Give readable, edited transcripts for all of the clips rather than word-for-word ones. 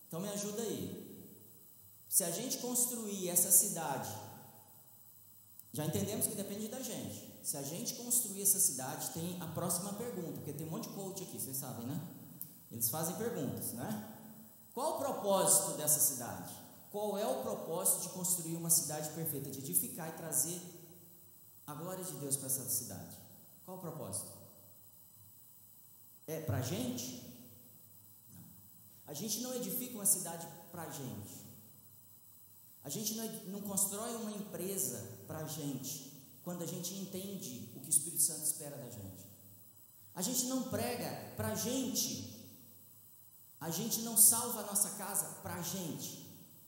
Então me ajuda aí. Se a gente construir essa cidade, já entendemos que depende da gente. Se a gente construir essa cidade, tem a próxima pergunta, porque tem um monte de coach aqui, vocês sabem, né? Eles fazem perguntas, né? Qual o propósito dessa cidade? Qual é o propósito de construir uma cidade perfeita, de edificar e trazer a glória de Deus para essa cidade? Qual o propósito? É para a gente? Não. A gente não edifica uma cidade para a gente. A gente não constrói uma empresa para a gente, quando a gente entende o que o Espírito Santo espera da gente. A gente não prega para a gente. A gente não salva a nossa casa para a gente.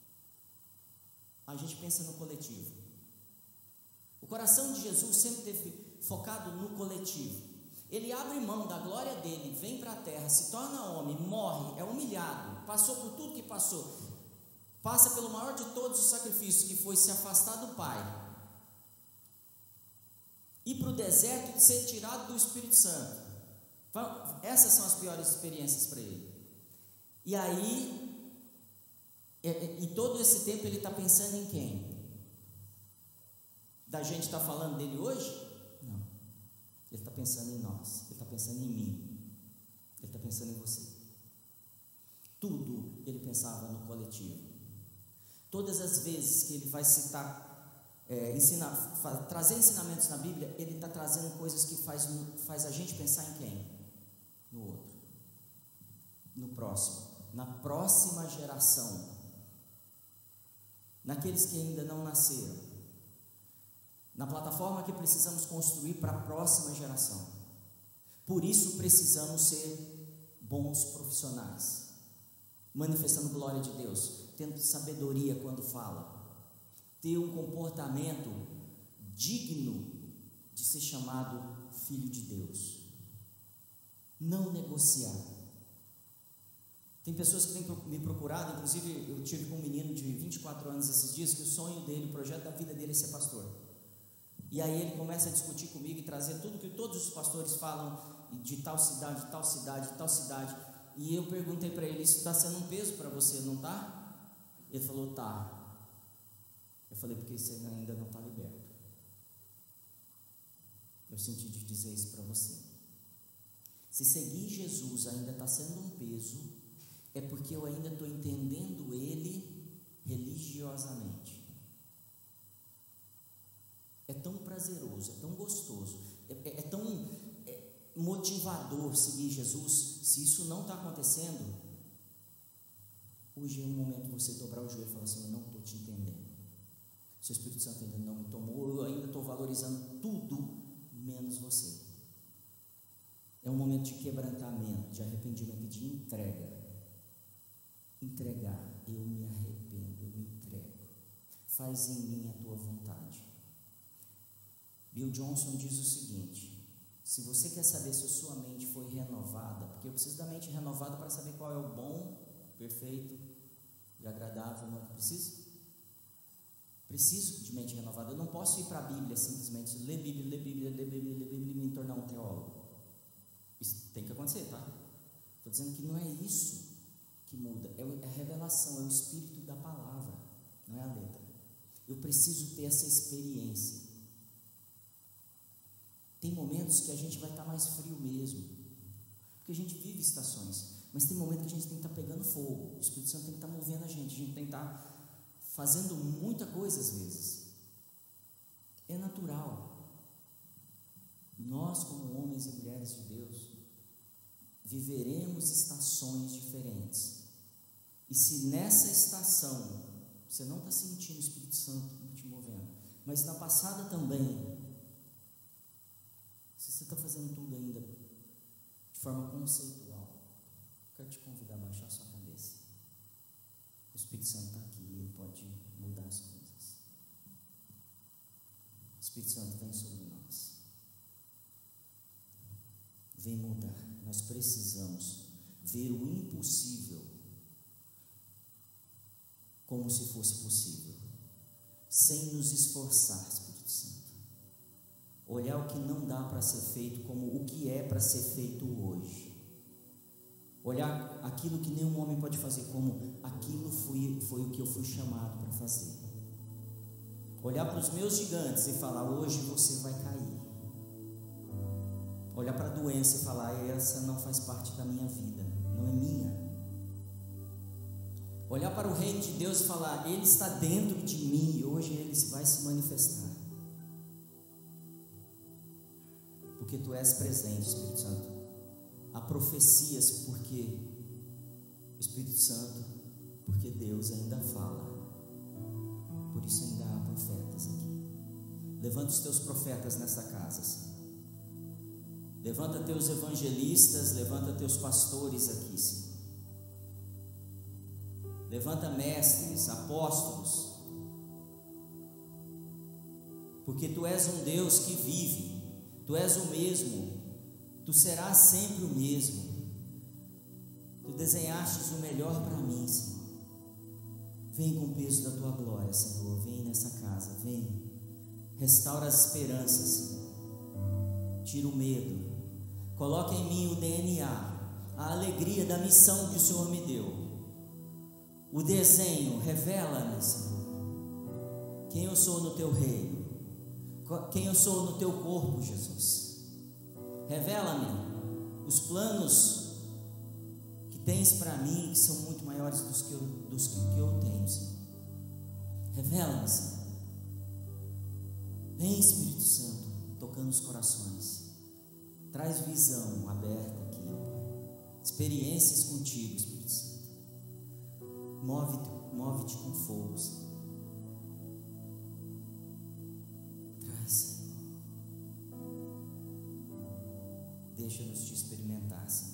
A gente pensa no coletivo. O coração de Jesus sempre esteve focado no coletivo. Ele abre mão da glória dele, vem para a terra, se torna homem, morre, é humilhado, passou por tudo que passou, passa pelo maior de todos os sacrifícios, que foi se afastar do Pai, ir para o deserto e ser tirado do Espírito Santo. Essas são as piores experiências para ele. E aí, e todo esse tempo ele está pensando em quem? Da gente está falando dele hoje? Não. Ele está pensando em nós, ele está pensando em mim, ele está pensando em você. Tudo ele pensava no coletivo. Todas as vezes que ele vai citar, trazer ensinamentos na Bíblia, ele está trazendo coisas que faz a gente pensar em quem? No outro, no próximo, na próxima geração, naqueles que ainda não nasceram, na plataforma que precisamos construir para a próxima geração. Por isso precisamos ser bons profissionais, manifestando glória de Deus, tendo sabedoria quando fala, ter um comportamento digno de ser chamado filho de Deus, não negociar. Tem pessoas que têm me procurado, inclusive eu tive com um menino de 24 anos esses dias, que o sonho dele, o projeto da vida dele é ser pastor. E aí ele começa a discutir comigo e trazer tudo que todos os pastores falam de tal cidade, de tal cidade, de tal cidade. E eu perguntei para ele, isso está sendo um peso para você, não está? Ele falou, tá. Eu falei, porque você ainda não está liberto. Eu senti de dizer isso para você. Se seguir Jesus ainda está sendo um peso, é porque eu ainda estou entendendo Ele religiosamente. É tão prazeroso, é tão gostoso, é tão motivador seguir Jesus. Se isso não está acontecendo, hoje é um momento de você dobrar o joelho e falar assim, eu não estou te entendendo. Seu Espírito Santo ainda não me tomou, eu ainda estou valorizando tudo menos você. É um momento de quebrantamento, de arrependimento e de entrega. Entregar, eu me arrependo, eu me entrego. Faz em mim a tua vontade. Bill Johnson diz o seguinte: se você quer saber se a sua mente foi renovada, porque eu preciso da mente renovada para saber qual é o bom, perfeito e agradável, não preciso? Preciso de mente renovada. Eu não posso ir para a Bíblia simplesmente, ler Bíblia e me tornar um teólogo. Isso tem que acontecer, tá? Estou dizendo que não é isso que muda, é a revelação, é o espírito da palavra, não é a letra. Eu preciso ter essa experiência. Tem momentos que a gente vai estar mais frio mesmo, porque a gente vive estações, mas tem momentos que a gente tem que estar pegando fogo, o Espírito Santo tem que estar movendo a gente tem que estar fazendo muita coisa às vezes. É natural. Nós, como homens e mulheres de Deus, viveremos estações diferentes. E se nessa estação você não está sentindo o Espírito Santo te movendo, mas na passada também, se você está fazendo tudo ainda de forma conceitual, quero te convidar a baixar a sua cabeça. O Espírito Santo está aqui, ele pode mudar as coisas. O Espírito Santo vem sobre nós, vem mudar. Nós precisamos ver o impossível como se fosse possível, sem nos esforçar, Espírito Santo. Olhar o que não dá para ser feito como o que é para ser feito hoje. Olhar aquilo que nenhum homem pode fazer, como aquilo foi o que eu fui chamado para fazer. Olhar para os meus gigantes e falar: hoje você vai cair. Olhar para a doença e falar: essa não faz parte da minha vida, não é minha. Olhar para o reino de Deus e falar: Ele está dentro de mim e hoje Ele vai se manifestar. Porque Tu és presente, Espírito Santo. Há profecias porque o Espírito Santo, porque Deus ainda fala. Por isso ainda há profetas aqui. Levanta os Teus profetas nessa casa, Senhor. Levanta Teus evangelistas, levanta Teus pastores aqui, Senhor. Levanta mestres, apóstolos, porque Tu és um Deus que vive, Tu és o mesmo, Tu serás sempre o mesmo. Tu desenhastes o melhor para mim, Senhor. Vem com o peso da Tua glória, Senhor, vem nessa casa, vem, restaura as esperanças, Senhor. Tira o medo, coloca em mim o DNA, a alegria da missão que o Senhor me deu. O desenho, revela-me, Senhor, quem eu sou no Teu reino, quem eu sou no Teu corpo, Jesus. Revela-me os planos que Tens para mim, que são muito maiores dos que eu tenho, Senhor. Revela-me, Senhor. Vem, Espírito Santo, tocando os corações. Traz visão aberta aqui, ó Pai. Experiências contigo, Espírito Santo. Move-te com fogo, Senhor. Traz, Senhor. Deixa-nos te experimentar, Senhor,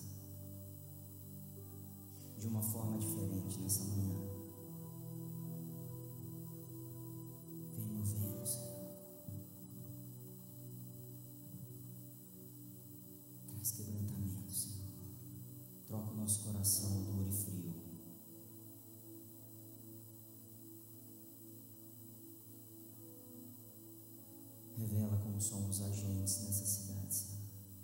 de uma forma diferente nessa manhã. Vem movendo, Senhor. Traz quebrantamento, Senhor. Troca o nosso coração duro e frio. Revela como somos agentes nessa cidade, Senhor.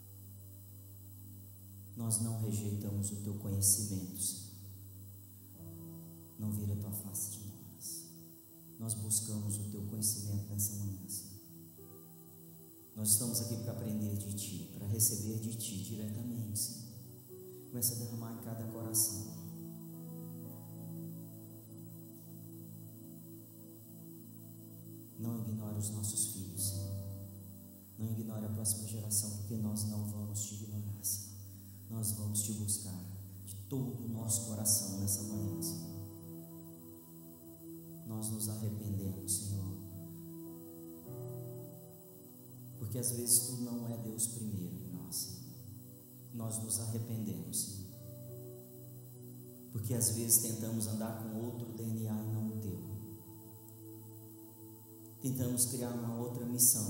Nós não rejeitamos o Teu conhecimento, Senhor. Não vira a Tua face de nós. Nós buscamos o Teu conhecimento nessa manhã, Senhor. Nós estamos aqui para aprender de Ti, para receber de Ti diretamente, Senhor. Começa a derramar em cada coração. Não ignore os nossos filhos, Senhor. Não ignore a próxima geração, porque nós não vamos Te ignorar, Senhor. Nós vamos Te buscar de todo o nosso coração nessa manhã, Senhor. Nós nos arrependemos, Senhor, porque às vezes Tu não é Deus primeiro em nós, Senhor. Nós nos arrependemos, Senhor, porque às vezes tentamos andar com outro DNA e não o Teu. Tentamos criar uma outra missão,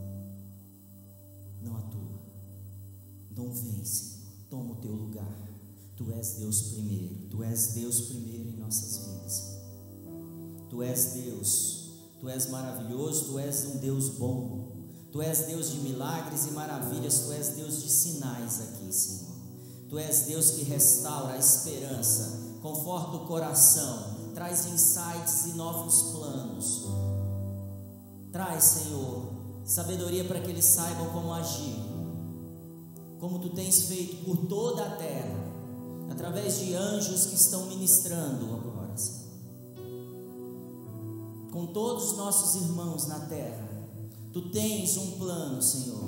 não a Tua. Não vem, Senhor, toma o Teu lugar. Tu és Deus primeiro, Tu és Deus primeiro em nossas vidas. Tu és Deus, Tu és maravilhoso, Tu és um Deus bom. Tu és Deus de milagres e maravilhas, Tu és Deus de sinais aqui, Senhor. Tu és Deus que restaura a esperança, conforta o coração, traz insights e novos planos. Traz, Senhor, sabedoria para que eles saibam como agir, como Tu tens feito por toda a terra, através de anjos que estão ministrando agora, Senhor. Com todos os nossos irmãos na terra, Tu tens um plano, Senhor.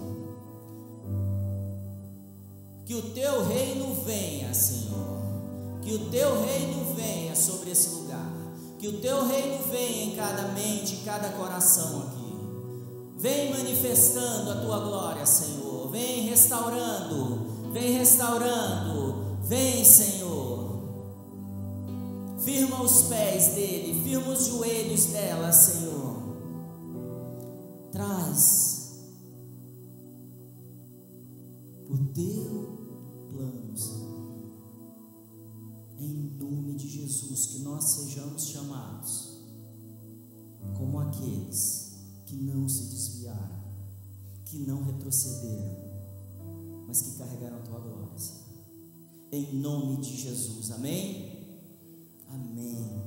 Que o Teu reino venha, Senhor. Que o Teu reino venha sobre esse lugar. Que o Teu reino venha em cada mente, em cada coração aqui. Vem manifestando a Tua glória, Senhor. Vem restaurando. Vem restaurando. Vem, Senhor. Firma os pés dele. Firma os joelhos dela, Senhor. Traz o Teu plano, Senhor. Em nome de Jesus, que nós sejamos chamados como aqueles que não se desviaram, que não retrocederam, mas que carregaram a Tua glória, Senhor. em nome de Jesus, amém? Amém.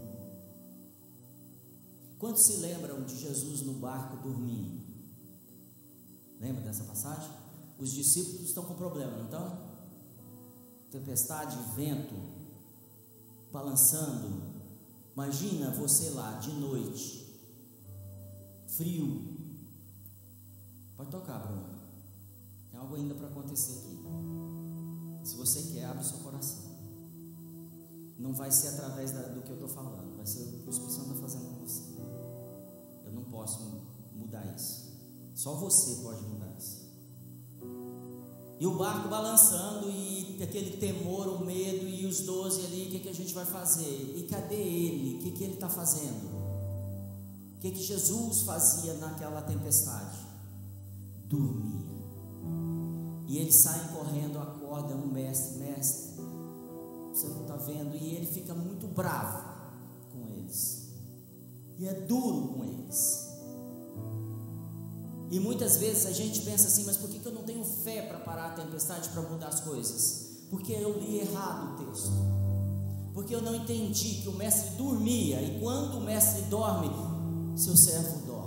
Quantos se lembram de Jesus no barco dormindo? Lembra dessa passagem? Os discípulos estão com problema, não estão? Tempestade, vento, balançando. Imagina você lá de noite, frio. Pode tocar, Bruno. Tem algo ainda para acontecer aqui. Se você quer, abre seu coração. Não vai ser através do que eu estou falando, vai ser o que o Espírito Santo está fazendo com você. Eu não posso mudar isso. Só você pode mudar isso. E o barco balançando, e aquele temor, o medo, e os 12 ali, o que a gente vai fazer? E cadê ele? O que ele está fazendo? O que Jesus fazia naquela tempestade? Dormia. E eles saem correndo, acordam o mestre, você não está vendo? E ele fica muito bravo com eles, e é duro com eles. E muitas vezes a gente pensa assim, mas por que eu não tenho fé para parar a tempestade, para mudar as coisas? Porque eu li errado o texto, porque eu não entendi que o mestre dormia, e quando o mestre dorme, seu servo dorme.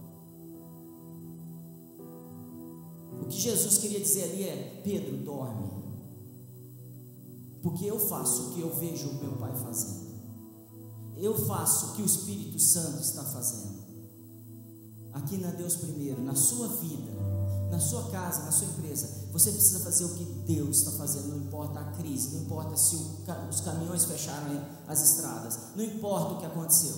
O que Jesus queria dizer ali é: Pedro, dorme, porque eu faço o que eu vejo o meu Pai fazendo, eu faço o que o Espírito Santo está fazendo. Aqui na Deus Primeiro, na sua vida, na sua casa, na sua empresa, você precisa fazer o que Deus está fazendo. Não importa a crise, não importa se os caminhões fecharam as estradas, não importa o que aconteceu.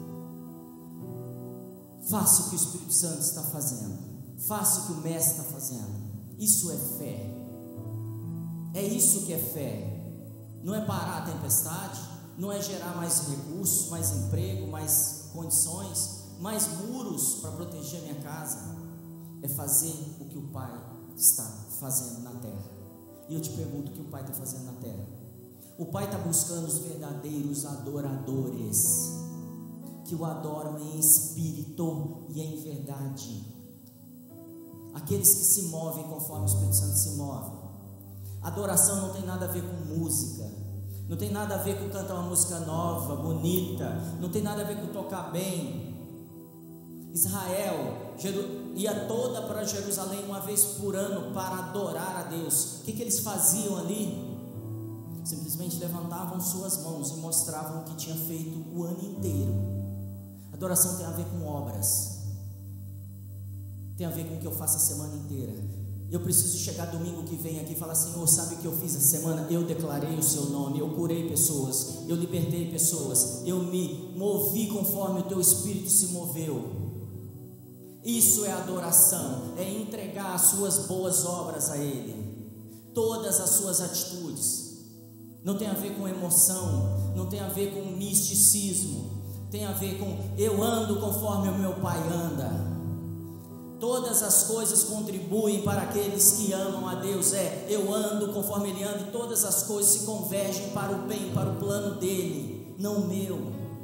Faça o que o Espírito Santo está fazendo, faça o que o Mestre está fazendo. Isso é fé. É isso que é fé. Não é parar a tempestade, não é gerar mais recursos, mais emprego, mais condições, mais muros para proteger a minha casa. É fazer o que o Pai está fazendo na terra. E eu te pergunto: o que o Pai está fazendo na terra? O Pai está buscando os verdadeiros adoradores, que o adoram em espírito e em verdade, aqueles que se movem conforme o Espírito Santo se move. Adoração não tem nada a ver com música, não tem nada a ver com cantar uma música nova, bonita, não tem nada a ver com tocar bem. Israel ia toda para Jerusalém uma vez por ano para adorar a Deus. O que eles faziam ali? Simplesmente levantavam suas mãos e mostravam o que tinha feito o ano inteiro. Adoração tem a ver com obras, tem a ver com o que eu faço a semana inteira. Eu preciso chegar domingo que vem aqui e falar: Senhor, sabe o que eu fiz essa semana? Eu declarei o seu nome, eu curei pessoas, eu libertei pessoas, eu me movi conforme o teu Espírito se moveu. Isso é adoração, é entregar as suas boas obras a Ele, todas as suas atitudes. Não tem a ver com emoção, não tem a ver com misticismo, tem a ver com eu ando conforme o meu Pai anda. Todas as coisas contribuem para aqueles que amam a Deus. Eu ando conforme Ele anda, e todas as coisas se convergem para o bem, para o plano dEle, não o meu.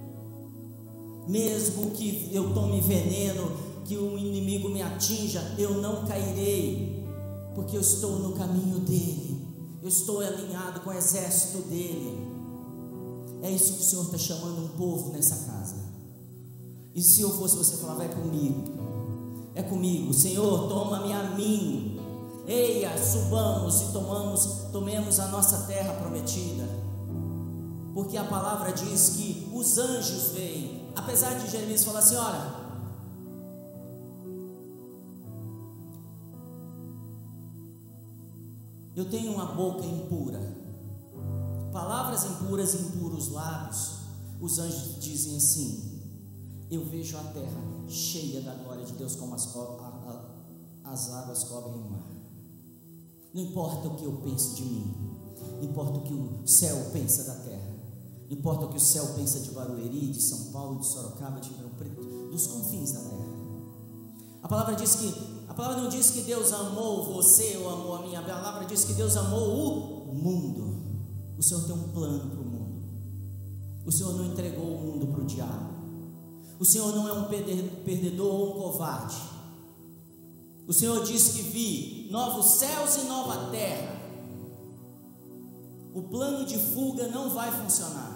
Mesmo que eu tome veneno, que o inimigo me atinja, eu não cairei, porque eu estou no caminho dEle, eu estou alinhado com o exército dEle. É isso que o Senhor está chamando um povo nessa casa. E se eu fosse você, falava: é comigo, é comigo, Senhor, toma-me a mim. Eia, subamos e tomemos a nossa terra prometida, porque a palavra diz que os anjos vêm. Apesar de Jeremias falar assim: olha, eu tenho uma boca impura, palavras impuras e impuros lábios. Os anjos dizem assim: eu vejo a terra cheia da glória de Deus, como as águas cobrem o mar. Não importa o que eu penso de mim, importa o que o céu pensa da terra, importa o que o céu pensa de Barueri, de São Paulo, de Sorocaba, de Ribeirão Preto, dos confins da terra. A palavra não diz que Deus amou você ou amou a mim. A palavra diz que Deus amou o mundo. O Senhor tem um plano para o mundo. O Senhor não entregou o mundo para o diabo. O Senhor não é um perdedor ou um covarde. O Senhor disse que vi novos céus e nova terra. o plano de fuga não vai funcionar.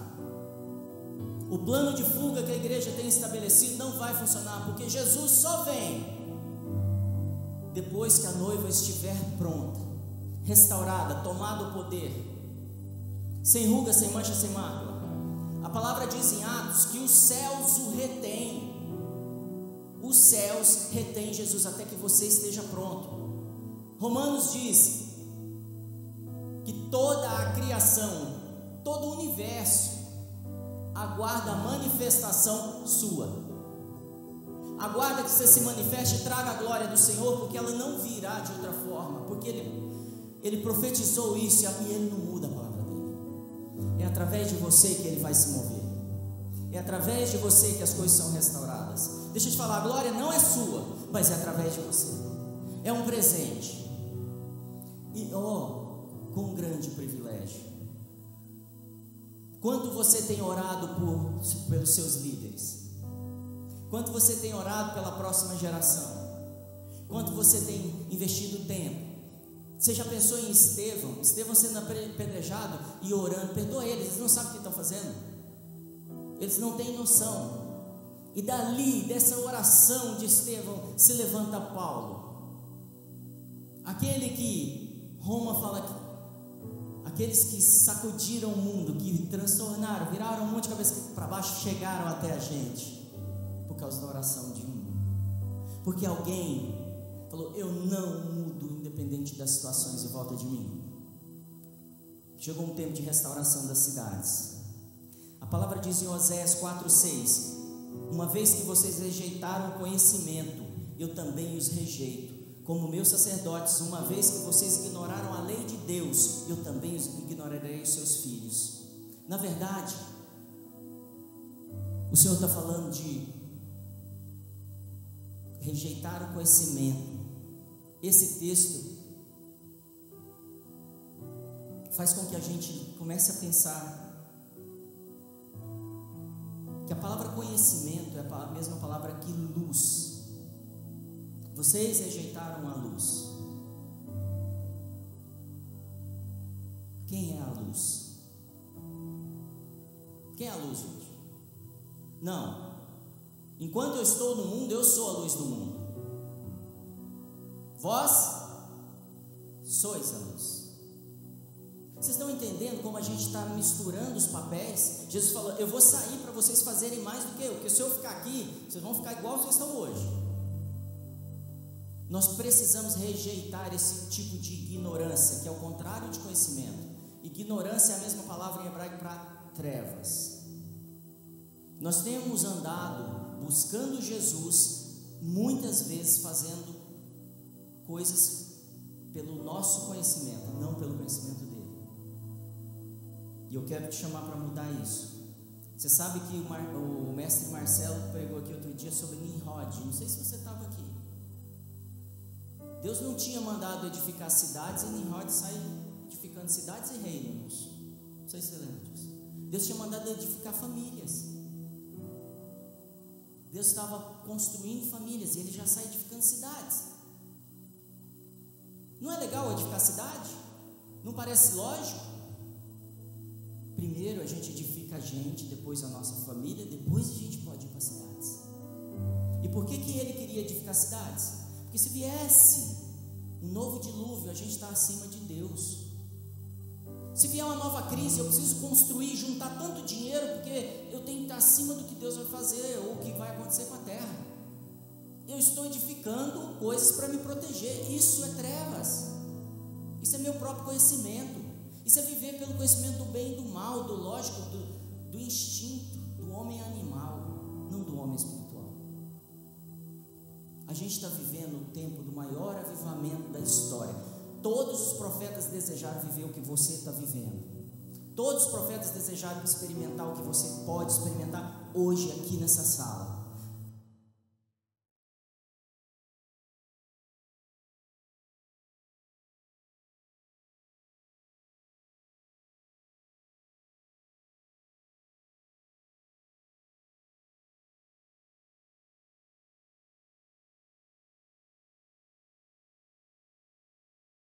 O plano de fuga que a igreja tem estabelecido não vai funcionar, porque Jesus só vem depois que a noiva estiver pronta, restaurada, tomado o poder, sem ruga, sem mancha, sem mácula. A palavra diz em Atos que os céus o retêm. Os céus retêm Jesus até que você esteja pronto. Romanos diz que toda a criação, todo o universo aguarda a manifestação sua. Aguarda que você se manifeste e traga a glória do Senhor, porque ela não virá de outra forma, porque Ele profetizou isso e Ele não muda a palavra dele. É através de você que Ele vai se mover. É através de você que as coisas são restauradas. Deixa eu te falar, a glória não é sua, mas é através de você. É um presente. E com um grande privilégio. Quanto você tem orado pelos seus líderes? Quanto você tem orado pela próxima geração? Quanto você tem investido tempo? Você já pensou em Estevão? Estevão sendo apedrejado e orando. Perdoa eles não sabem o que estão fazendo. Eles não têm noção. E dali, dessa oração de Estevão, se levanta Paulo. Aquele que Roma fala que aqueles que sacudiram o mundo, que transtornaram, viraram um monte de cabeça para baixo, chegaram até a gente, por causa da oração de um. Porque alguém falou: eu não mudo, independente das situações em volta de mim. Chegou um tempo de restauração das cidades. A palavra diz em Oséias 4:6: uma vez que vocês rejeitaram o conhecimento, eu também os rejeito. Como meus sacerdotes, uma vez que vocês ignoraram a lei de Deus, eu também ignorarei os seus filhos. Na verdade, o Senhor está falando de rejeitar o conhecimento. Esse texto faz com que a gente comece a pensar que a palavra conhecimento é a mesma palavra que luz. Vocês rejeitaram a luz. Quem é a luz? Quem é a luz, gente? Não. Enquanto eu estou no mundo, eu sou a luz do mundo. Vós sois a luz. Vocês estão entendendo como a gente está misturando os papéis? Jesus falou: eu vou sair para vocês fazerem mais do que eu, porque se eu ficar aqui, vocês vão ficar igual vocês estão hoje. Nós precisamos rejeitar esse tipo de ignorância, que é o contrário de conhecimento. Ignorância é a mesma palavra em hebraico para trevas. Nós temos andado buscando Jesus, muitas vezes fazendo coisas pelo nosso conhecimento, não pelo conhecimento dele. E eu quero te chamar para mudar isso. Você sabe que o mestre Marcelo pregou aqui outro dia sobre Nimrod. Não sei se você estava aqui. Deus não tinha mandado edificar cidades e Nimrod sai edificando cidades e reinos. Não sei se você lembra disso. Deus tinha mandado edificar famílias. Deus estava construindo famílias e ele já sai edificando cidades. Não é legal edificar cidade? Não parece lógico? Primeiro a gente edifica a gente, depois a nossa família, depois a gente pode ir para cidades. E por que ele queria edificar cidades? Porque se viesse um novo dilúvio, a gente está acima de Deus. Se vier uma nova crise, eu preciso construir, juntar tanto dinheiro, porque eu tenho que estar acima do que Deus vai fazer, ou o que vai acontecer com a terra. Eu estou edificando coisas para me proteger. Isso é trevas. Isso é meu próprio conhecimento. Isso é viver pelo conhecimento do bem e do mal, do lógico, do instinto, do homem animal, não do homem espiritual. A gente está vivendo o tempo do maior avivamento da história. Todos os profetas desejaram viver o que você está vivendo. Todos os profetas desejaram experimentar o que você pode experimentar hoje aqui nessa sala.